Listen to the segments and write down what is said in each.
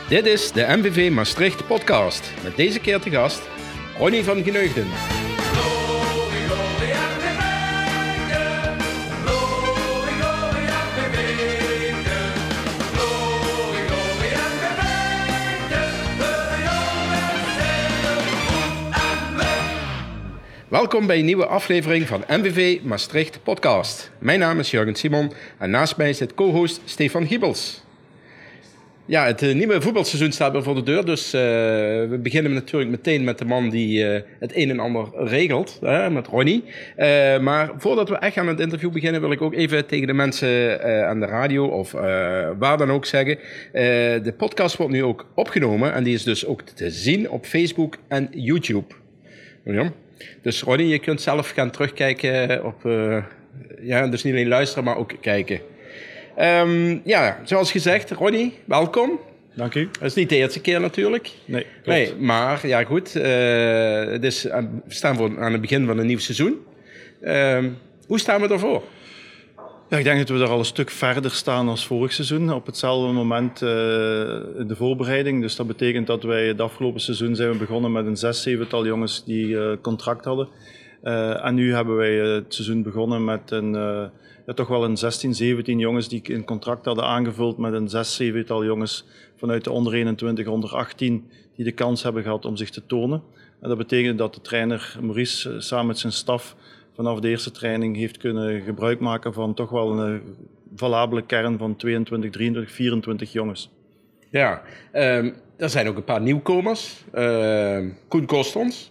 Dit is de MVV Maastricht podcast. Met deze keer te gast Ronnie van Geneugden. Welkom bij een nieuwe aflevering van MVV Maastricht podcast. Mijn naam is Jurgen Simon en naast mij zit co-host Stefan Giebels. Ja, het nieuwe voetbalseizoen staat weer voor de deur, dus we beginnen natuurlijk meteen met de man die het een en ander regelt, met Ronnie. Maar voordat we echt aan het interview beginnen, wil ik ook even tegen de mensen aan de radio of waar dan ook zeggen. De podcast wordt nu ook opgenomen en die is dus ook te zien op Facebook en YouTube. Ja. Dus Ronnie, je kunt zelf gaan terugkijken op, dus niet alleen luisteren, maar ook kijken. Zoals gezegd, Ronnie, welkom. Dank u. Dat is niet de eerste keer natuurlijk. Nee, klopt. Nee, maar ja goed, we staan aan het begin van een nieuw seizoen. Hoe staan we ervoor? Ja, ik denk dat we er al een stuk verder staan als vorig seizoen. Op hetzelfde moment in de voorbereiding. Dus dat betekent dat wij het afgelopen seizoen zijn we begonnen met een 6-7-tal jongens die contract hadden. En nu hebben wij het seizoen begonnen met toch wel een 16, 17 jongens die een contract hadden aangevuld met een 6-7-tal jongens vanuit de onder 21, onder 18 die de kans hebben gehad om zich te tonen. En dat betekent dat de trainer Maurice samen met zijn staf vanaf de eerste training heeft kunnen gebruik maken van toch wel een valabele kern van 22, 23, 24 jongens. Ja, er zijn ook een paar nieuwkomers. Koen Kostons.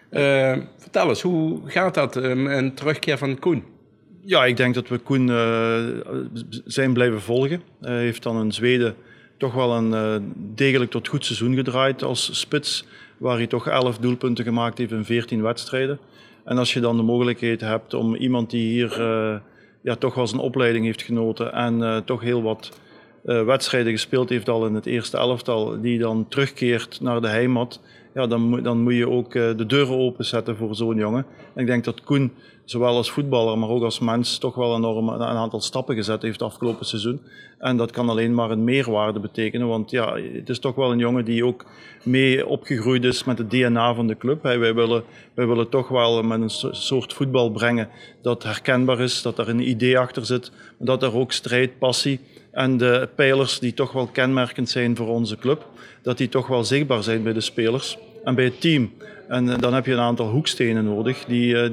Vertel eens, hoe gaat dat, een terugkeer van Koen? Ja, ik denk dat we Koen zijn blijven volgen. Hij heeft dan in Zweden toch wel een degelijk tot goed seizoen gedraaid als spits, waar hij toch 11 doelpunten gemaakt heeft in 14 wedstrijden. En als je dan de mogelijkheid hebt om iemand die hier toch wel zijn opleiding heeft genoten en toch heel wat wedstrijden gespeeld heeft al in het eerste elftal, die dan terugkeert naar de heimat, ja, dan moet je ook de deuren openzetten voor zo'n jongen. En ik denk dat Koen, zowel als voetballer, maar ook als mens, toch wel enorm een aantal stappen gezet heeft afgelopen seizoen. En dat kan alleen maar een meerwaarde betekenen, want ja, het is toch wel een jongen die ook mee opgegroeid is met het DNA van de club. Wij willen toch wel met een soort voetbal brengen dat herkenbaar is, dat er een idee achter zit, maar dat er ook strijd, passie en de pijlers die toch wel kenmerkend zijn voor onze club, dat die toch wel zichtbaar zijn bij de spelers en bij het team. En dan heb je een aantal hoekstenen nodig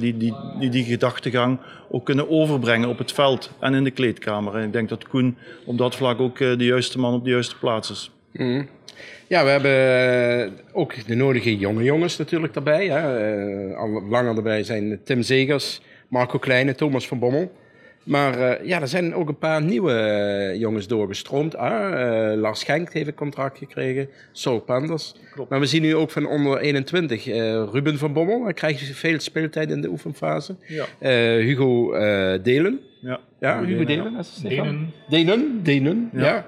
die gedachtegang ook kunnen overbrengen op het veld en in de kleedkamer. En ik denk dat Koen op dat vlak ook de juiste man op de juiste plaats is. Mm. Ja, we hebben ook de nodige jonge jongens natuurlijk daarbij. Al langer erbij zijn Tim Zegers, Marco Kleine, Thomas van Bommel. Maar er zijn ook een paar nieuwe jongens doorgestroomd. Lars Schenk heeft een contract gekregen, Saul Panders. Klopt. Maar we zien nu ook van onder 21 Ruben van Bommel. Hij krijgt veel speeltijd in de oefenfase. Ja. Hugo Delen. Ja, Hugo Delen. Delen. Ja.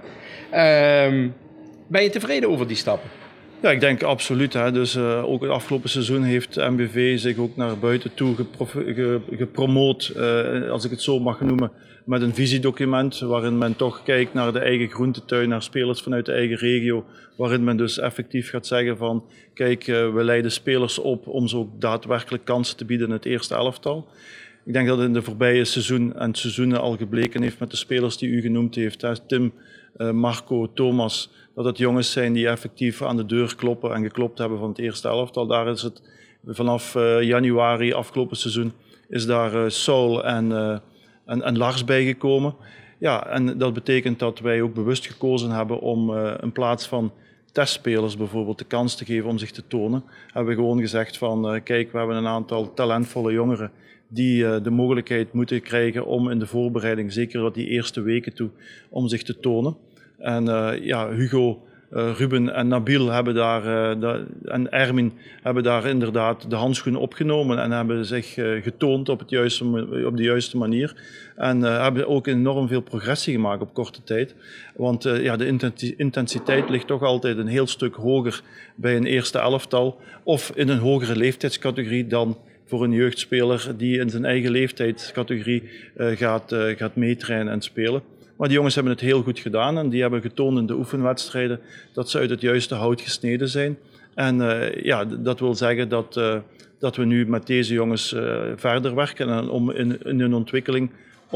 Ben je tevreden over die stappen? Ja, ik denk absoluut. Dus ook het afgelopen seizoen heeft MVV zich ook naar buiten toe gepromoot, als ik het zo mag noemen, met een visiedocument waarin men toch kijkt naar de eigen groentetuin, naar spelers vanuit de eigen regio, waarin men dus effectief gaat zeggen van kijk, we leiden spelers op om ze ook daadwerkelijk kansen te bieden in het eerste elftal. Ik denk dat in de voorbije seizoen en seizoenen al gebleken heeft met de spelers die u genoemd heeft, Tim, Marco, Thomas, dat het jongens zijn die effectief aan de deur kloppen en geklopt hebben van het eerste elftal. Daar is het vanaf januari afgelopen seizoen is daar Saul en Lars bijgekomen. Ja, en dat betekent dat wij ook bewust gekozen hebben om in plaats van testspelers bijvoorbeeld de kans te geven om zich te tonen, hebben we gewoon gezegd van kijk, we hebben een aantal talentvolle jongeren die de mogelijkheid moeten krijgen om in de voorbereiding, zeker wat die eerste weken toe, om zich te tonen. En Hugo, Ruben en Nabil hebben en Ermin hebben daar inderdaad de handschoen opgenomen en hebben zich getoond op de juiste manier. En hebben ook enorm veel progressie gemaakt op korte tijd. Want de intensiteit ligt toch altijd een heel stuk hoger bij een eerste elftal of in een hogere leeftijdscategorie dan voor een jeugdspeler die in zijn eigen leeftijdscategorie gaat meetrainen en spelen. Maar die jongens hebben het heel goed gedaan en die hebben getoond in de oefenwedstrijden dat ze uit het juiste hout gesneden zijn. En dat wil zeggen dat we nu met deze jongens verder werken en om in hun ontwikkeling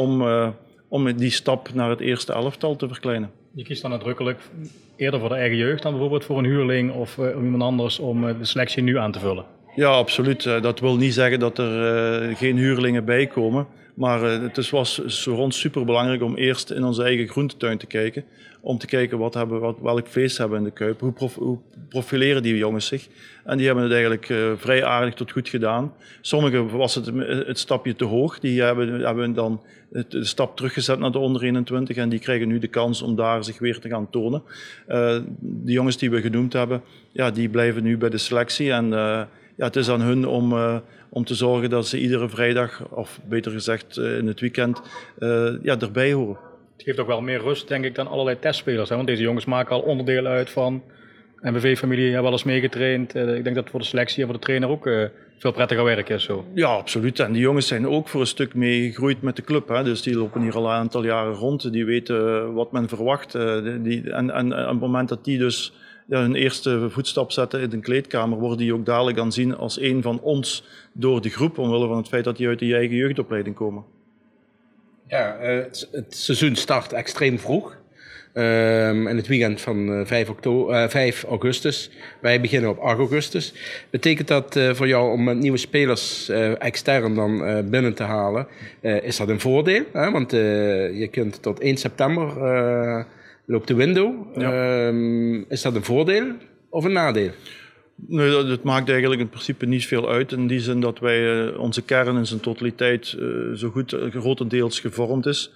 om die stap naar het eerste elftal te verkleinen. Je kiest dan nadrukkelijk eerder voor de eigen jeugd dan bijvoorbeeld voor een huurling of iemand anders om de selectie nu aan te vullen? Ja, absoluut. Dat wil niet zeggen dat er geen huurlingen bij komen. Maar het was voor ons superbelangrijk om eerst in onze eigen groentetuin te kijken. Om te kijken welk vlees hebben we in de kuip. Hoe profileren die jongens zich? En die hebben het eigenlijk vrij aardig tot goed gedaan. Sommigen was het stapje te hoog. Die hebben dan de stap teruggezet naar de onder 21. En die krijgen nu de kans om daar zich weer te gaan tonen. De jongens die we genoemd hebben, ja, die blijven nu bij de selectie. En het is aan hun om te zorgen dat ze iedere vrijdag, of beter gezegd in het weekend, erbij horen. Het geeft ook wel meer rust, denk ik, dan allerlei testspelers. Hè? Want deze jongens maken al onderdeel uit van MVV-familie, hebben wel eens meegetraind. Ik denk dat het voor de selectie en voor de trainer ook veel prettiger werk is. Zo. Ja, absoluut. En die jongens zijn ook voor een stuk meegegroeid met de club. Hè? Dus die lopen hier al een aantal jaren rond. Die weten wat men verwacht. En op het moment dat die dus hun eerste voetstap zetten in een kleedkamer, worden die ook dadelijk aanzien als een van ons door de groep, omwille van het feit dat die uit de eigen jeugdopleiding komen. Ja, het seizoen start extreem vroeg. In het weekend van 5 augustus. Wij beginnen op 8 augustus. Betekent dat voor jou om nieuwe spelers extern dan binnen te halen? Is dat een voordeel? Hè? Want je kunt tot 1 september loopt de window. Ja. Is dat een voordeel of een nadeel? Nee, dat maakt eigenlijk in principe niet veel uit. In die zin dat wij onze kern in zijn totaliteit zo goed grotendeels gevormd is.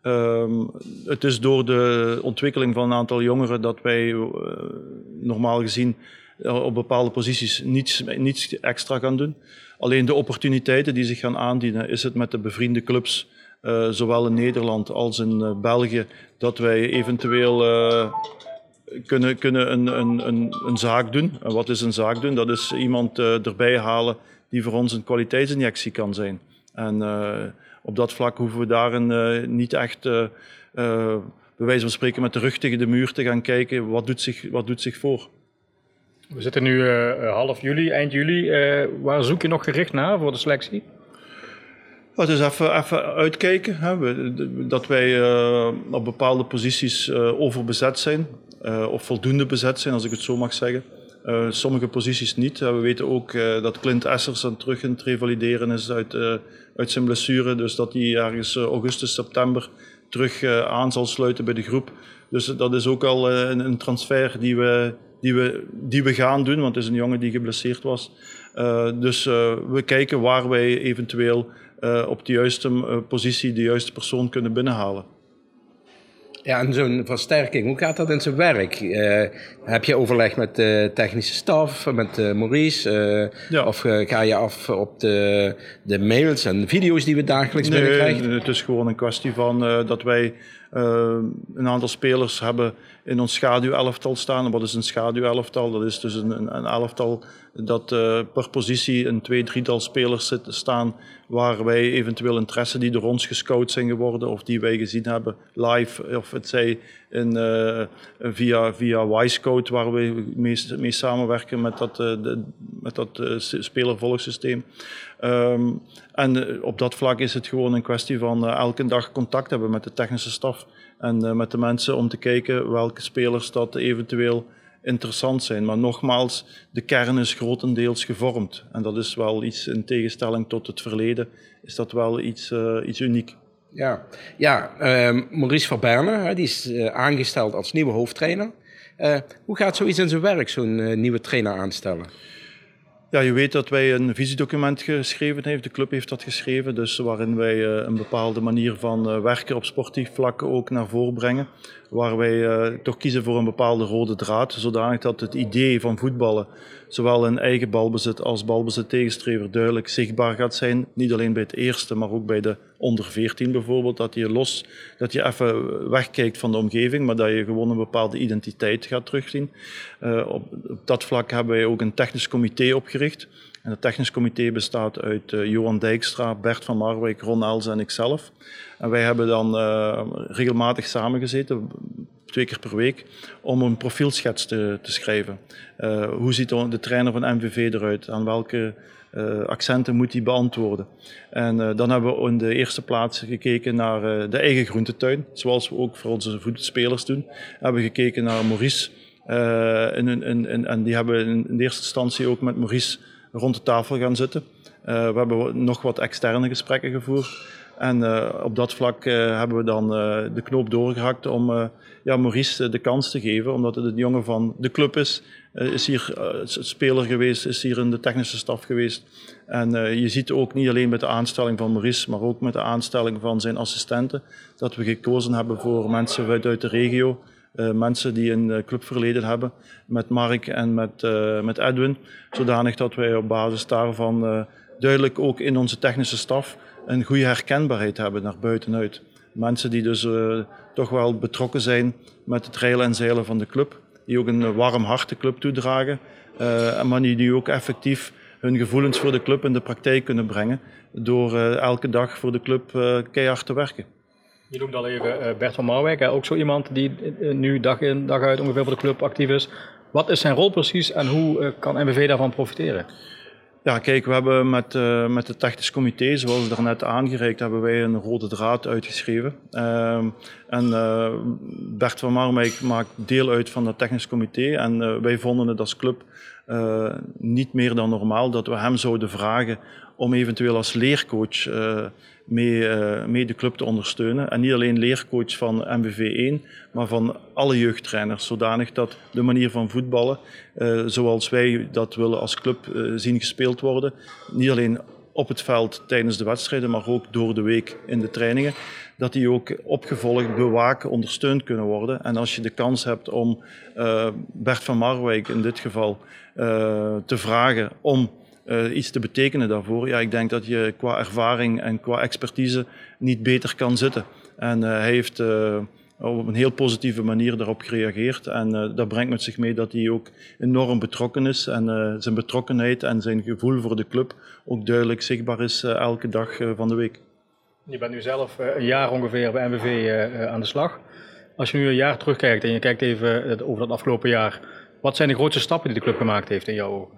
Het is door de ontwikkeling van een aantal jongeren dat wij normaal gezien op bepaalde posities niets extra gaan doen. Alleen de opportuniteiten die zich gaan aandienen, is het met de bevriende clubs, zowel in Nederland als in België, dat wij eventueel kunnen een zaak doen. En wat is een zaak doen? Dat is iemand erbij halen die voor ons een kwaliteitsinjectie kan zijn. En op dat vlak hoeven we daarin niet echt, bij wijze van spreken, met de rug tegen de muur te gaan kijken wat doet zich voor. We zitten nu half juli, eind juli. Waar zoek je nog gericht naar voor de selectie? Het is even uitkijken. Hè. Dat wij op bepaalde posities overbezet zijn. Of voldoende bezet zijn, als ik het zo mag zeggen. Sommige posities niet. We weten ook dat Clint Essers terug in het revalideren is uit zijn blessure. Dus dat hij ergens augustus, september terug aan zal sluiten bij de groep. Dus dat is ook al een transfer die we gaan doen. Want het is een jongen die geblesseerd was. Dus we kijken waar wij eventueel op de juiste positie de juiste persoon kunnen binnenhalen. Ja, en zo'n versterking, hoe gaat dat in zijn werk? Heb je overleg met de technische staf, met Maurice? Ja. Of ga je af op de mails en video's die we dagelijks binnenkrijgen? Nee, het is gewoon een kwestie van dat wij een aantal spelers hebben in ons schaduwelftal staan. Wat is een schaduwelftal? Dat is dus een elftal dat per positie een 2-3-tal spelers staan waar wij eventueel interesse die door ons gescout zijn geworden of die wij gezien hebben live, of het zij via Wisecout waar we mee samenwerken met dat spelervolgsysteem. En op dat vlak is het gewoon een kwestie van elke dag contact hebben met de technische staf en met de mensen om te kijken welke spelers dat eventueel interessant zijn. Maar nogmaals, de kern is grotendeels gevormd. En dat is wel iets, in tegenstelling tot het verleden, is dat wel iets uniek. Ja, Maurice Verberne, die is aangesteld als nieuwe hoofdtrainer. Hoe gaat zoiets in zijn werk, zo'n nieuwe trainer aanstellen? Ja, je weet dat wij een visiedocument geschreven hebben. De club heeft dat geschreven, dus waarin wij een bepaalde manier van werken op sportief vlak ook naar voren brengen. Waar wij toch kiezen voor een bepaalde rode draad, zodanig dat het idee van voetballen, zowel in eigen balbezit als balbezit tegenstrever, duidelijk zichtbaar gaat zijn. Niet alleen bij het eerste, maar ook bij de onder 14 bijvoorbeeld. Dat je even wegkijkt van de omgeving, maar dat je gewoon een bepaalde identiteit gaat terugzien. Op dat vlak hebben wij ook een technisch comité opgericht. En het technisch comité bestaat uit Johan Dijkstra, Bert van Marwijk, Ron Els en ikzelf. En wij hebben dan regelmatig samengezeten, 2 keer per week, om een profielschets te schrijven. Hoe ziet de trainer van MVV eruit? Aan welke accenten moet hij beantwoorden? En dan hebben we in de eerste plaats gekeken naar de eigen groentetuin, zoals we ook voor onze voetbalspelers doen. We hebben gekeken naar Maurice. En die hebben we in de eerste instantie ook met Maurice rond de tafel gaan zitten. We hebben nog wat externe gesprekken gevoerd. En op dat vlak hebben we dan de knoop doorgehakt om Maurice de kans te geven. Omdat het een jongen van de club is hier speler geweest, is hier in de technische staf geweest. En je ziet ook niet alleen met de aanstelling van Maurice, maar ook met de aanstelling van zijn assistenten, dat we gekozen hebben voor mensen uit de regio. Mensen die een clubverleden hebben, met Mark en met Edwin. Zodanig dat wij op basis daarvan duidelijk ook in onze technische staf een goede herkenbaarheid hebben naar buitenuit. Mensen die dus toch wel betrokken zijn met het reilen en zeilen van de club. Die ook een warm hart de club toedragen. Maar die ook effectief hun gevoelens voor de club in de praktijk kunnen brengen. Door elke dag voor de club keihard te werken. Je noemde al even Bert van Marwijk, ook zo iemand die nu dag in dag uit ongeveer voor de club actief is. Wat is zijn rol precies en hoe kan MVV daarvan profiteren? Ja, kijk, we hebben met het technisch comité, zoals daarnet aangereikt, hebben wij een rode draad uitgeschreven. Bert van Marwijk maakt deel uit van dat technisch comité en wij vonden het als club niet meer dan normaal dat we hem zouden vragen om eventueel als leercoach mee de club te ondersteunen. En niet alleen leercoach van MVV 1, maar van alle jeugdtrainers. Zodanig dat de manier van voetballen, zoals wij dat willen als club zien gespeeld worden, niet alleen op het veld tijdens de wedstrijden, maar ook door de week in de trainingen, dat die ook opgevolgd, bewaken, ondersteund kunnen worden. En als je de kans hebt om Bert van Marwijk in dit geval te vragen om iets te betekenen daarvoor. Ja, ik denk dat je qua ervaring en qua expertise niet beter kan zitten. En hij heeft op een heel positieve manier daarop gereageerd. En dat brengt met zich mee dat hij ook enorm betrokken is. En zijn betrokkenheid en zijn gevoel voor de club ook duidelijk zichtbaar is elke dag van de week. Je bent nu zelf een jaar ongeveer bij MVV aan de slag. Als je nu een jaar terugkijkt en je kijkt even over dat afgelopen jaar. Wat zijn de grootste stappen die de club gemaakt heeft in jouw ogen?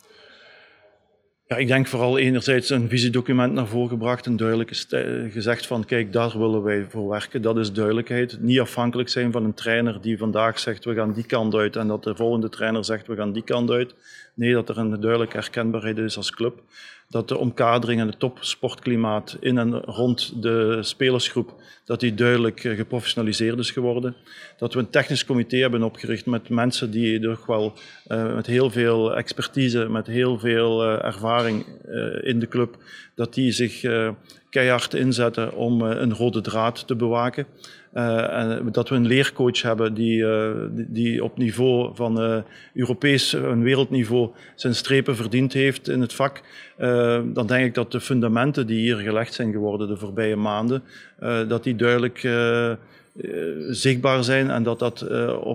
Ja, ik denk vooral enerzijds een visiedocument naar voren gebracht en duidelijk gezegd van kijk, daar willen wij voor werken. Dat is duidelijkheid. Niet afhankelijk zijn van een trainer die vandaag zegt we gaan die kant uit en dat de volgende trainer zegt we gaan die kant uit. Nee, dat er een duidelijke herkenbaarheid is als club. Dat de omkadering en het topsportklimaat in en rond de spelersgroep, dat die duidelijk geprofessionaliseerd is geworden. Dat we een technisch comité hebben opgericht met mensen die toch wel met heel veel expertise, met heel veel ervaring in de club, dat die zich keihard inzetten om een rode draad te bewaken. En dat we een leercoach hebben die op niveau van Europees en wereldniveau zijn strepen verdiend heeft in het vak. Dan denk ik dat de fundamenten die hier gelegd zijn geworden de voorbije maanden, dat die duidelijk zichtbaar zijn en dat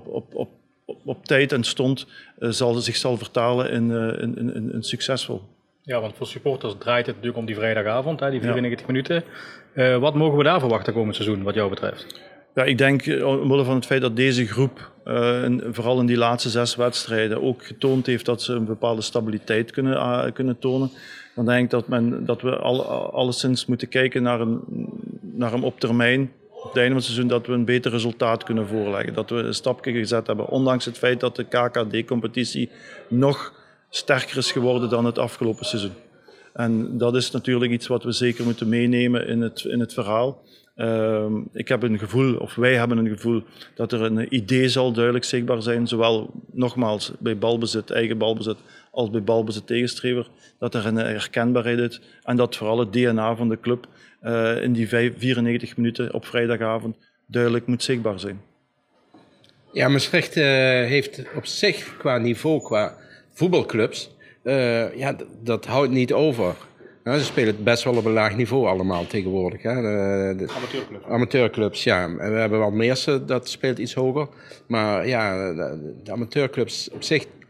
op tijd en stond zich zal vertalen in succesvol. Ja, want voor supporters draait het natuurlijk om die vrijdagavond, die 94 minuten. Wat mogen we daar verwachten komend seizoen, wat jou betreft? Ja, ik denk, omwille van het feit dat deze groep, vooral in die laatste 6 wedstrijden, ook getoond heeft dat ze een bepaalde stabiliteit kunnen tonen, dan denk ik dat we alleszins moeten kijken naar een op termijn, op het einde van het seizoen, dat we een beter resultaat kunnen voorleggen. Dat we een stapje gezet hebben, ondanks het feit dat de KKD-competitie nog sterker is geworden dan het afgelopen seizoen. En dat is natuurlijk iets wat we zeker moeten meenemen in het verhaal. Ik heb een gevoel, of wij hebben een gevoel, dat er een idee zal duidelijk zichtbaar zijn, zowel nogmaals bij balbezit, eigen balbezit, als bij balbezit tegenstrever, dat er een herkenbaarheid is en dat vooral het DNA van de club in die 94 minuten op vrijdagavond duidelijk moet zichtbaar zijn. Ja, Maastricht heeft op zich qua niveau, qua voetbalclubs, dat houdt niet over. Ja, ze spelen best wel op een laag niveau allemaal tegenwoordig. Hè. Amateurclubs. Amateurclubs, ja. En we hebben wel Meersen, dat speelt iets hoger. Maar ja, de amateurclubs op zich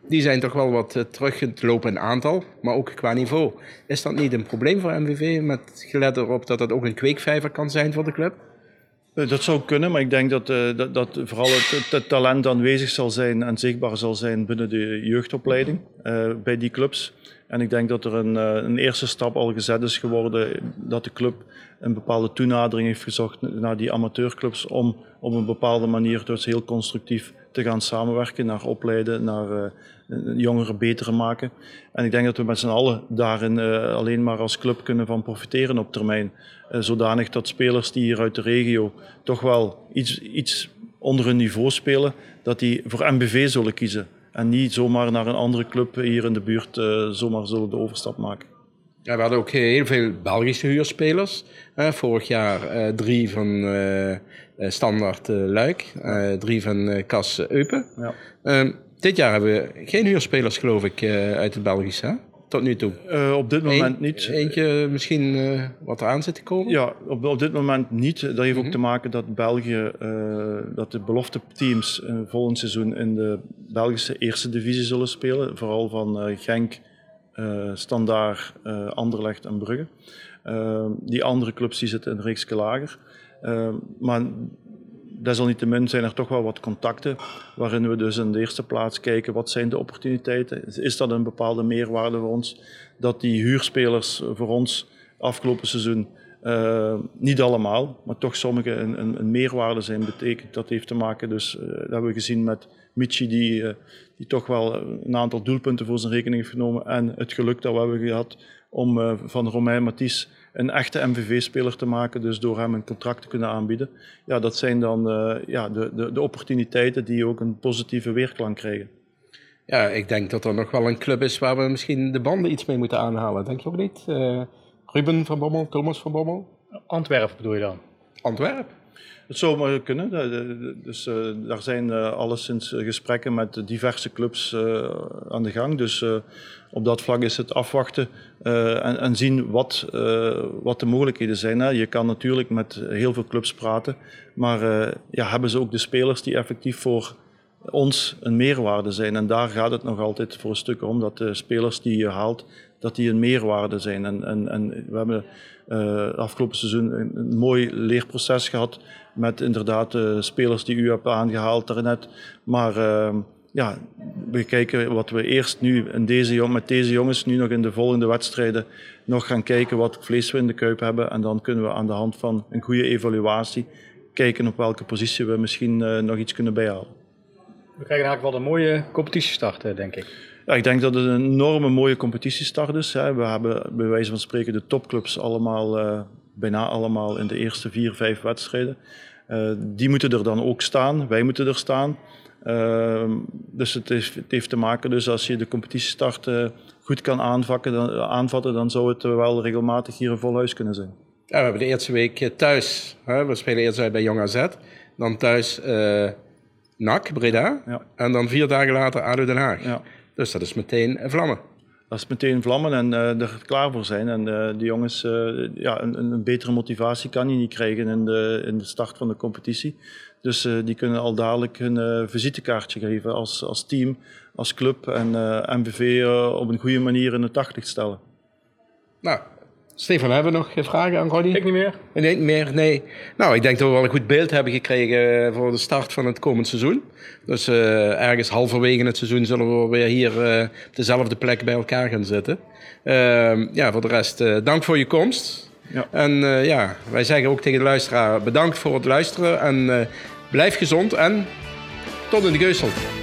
die zijn toch wel wat terug in het lopen in aantal, maar ook qua niveau. Is dat niet een probleem voor MVV, met gelet erop dat dat ook een kweekvijver kan zijn voor de club? Dat zou kunnen, maar ik denk dat vooral het talent aanwezig zal zijn en zichtbaar zal zijn binnen de jeugdopleiding bij die clubs. En ik denk dat er een eerste stap al gezet is geworden, dat de club een bepaalde toenadering heeft gezocht naar die amateurclubs om op een bepaalde manier dus heel constructief te gaan samenwerken, naar opleiden, naar jongeren beter maken. En ik denk dat we met z'n allen daarin alleen maar als club kunnen van profiteren op termijn. Zodanig dat spelers die hier uit de regio toch wel iets onder hun niveau spelen, dat die voor MBV zullen kiezen. En niet zomaar naar een andere club hier in de buurt zomaar zullen de overstap maken. Ja, we hadden ook heel veel Belgische huurspelers. Vorig jaar 3 van Standaard Luik, 3 van KAS Eupen. Ja. Dit jaar hebben we geen huurspelers, geloof ik, uit het Belgisch, hè? Tot nu toe. Op dit moment niet. Eentje misschien wat eraan zit te komen? Ja, op dit moment niet. Dat heeft ook te maken dat België, dat de belofteteams volgend seizoen in de Belgische eerste divisie zullen spelen. Vooral van Genk, Standaard, Anderlecht en Brugge. Die andere clubs die zitten in een reeks lager. Maar desalniettemin zijn er toch wel wat contacten waarin we dus in de eerste plaats kijken wat zijn de opportuniteiten. Is dat een bepaalde meerwaarde voor ons? Dat die huurspelers voor ons afgelopen seizoen, niet allemaal, maar toch sommige een meerwaarde zijn betekent. Dat heeft te maken, dus dat hebben we gezien met Michi die toch wel een aantal doelpunten voor zijn rekening heeft genomen en het geluk dat we hebben gehad om van Romain Mathies een echte MVV-speler te maken, dus door hem een contract te kunnen aanbieden. Ja, dat zijn dan de opportuniteiten die ook een positieve weerklank krijgen. Ja, ik denk dat er nog wel een club is waar we misschien de banden iets mee moeten aanhalen. Denk je ook niet? Ruben van Bommel, Thomas van Bommel? Antwerpen bedoel je dan? Antwerpen? Het zou maar kunnen. Dus daar zijn alleszins gesprekken met diverse clubs aan de gang. Dus op dat vlak is het afwachten en zien wat de mogelijkheden zijn. Hè. Je kan natuurlijk met heel veel clubs praten, maar hebben ze ook de spelers die effectief voor ons een meerwaarde zijn. En daar gaat het nog altijd voor een stuk om, dat de spelers die je haalt, dat die een meerwaarde zijn. En we hebben afgelopen seizoen een mooi leerproces gehad met inderdaad spelers die u hebt aangehaald daarnet. Maar we kijken wat we eerst nu met deze jongens nu nog in de volgende wedstrijden nog gaan kijken wat vlees we in de kuip hebben. En dan kunnen we aan de hand van een goede evaluatie kijken op welke positie we misschien nog iets kunnen bijhalen. We krijgen eigenlijk wel een mooie competitiestart, denk ik. Ja, ik denk dat het een enorme mooie competitiestart is. We hebben bij wijze van spreken de topclubs bijna allemaal in de eerste 4-5 wedstrijden. Die moeten er dan ook staan, wij moeten er staan. Dus het heeft te maken, dus als je de competitiestart goed kan aanvatten, dan zou het wel regelmatig hier een vol huis kunnen zijn. Ja, we hebben de eerste week thuis. We spelen eerst uit bij Jong AZ, dan thuis NAC, Breda, en dan 4 dagen later ADO Den Haag. Ja. Dus dat is meteen vlammen. Dat is meteen vlammen en er klaar voor zijn. En die jongens, een betere motivatie kan je niet krijgen in de start van de competitie. Dus die kunnen al dadelijk hun visitekaartje geven als team, als club en MVV op een goede manier in het daglicht stellen. Nou, Stefan, hebben we nog vragen aan Ronnie? Ik niet meer. Niet meer, nee. Nou, ik denk dat we wel een goed beeld hebben gekregen voor de start van het komend seizoen. Dus ergens halverwege het seizoen zullen we weer hier op dezelfde plek bij elkaar gaan zitten. Voor de rest, dank voor je komst. Ja. En wij zeggen ook tegen de luisteraar bedankt voor het luisteren. En blijf gezond en tot in de Geusselt.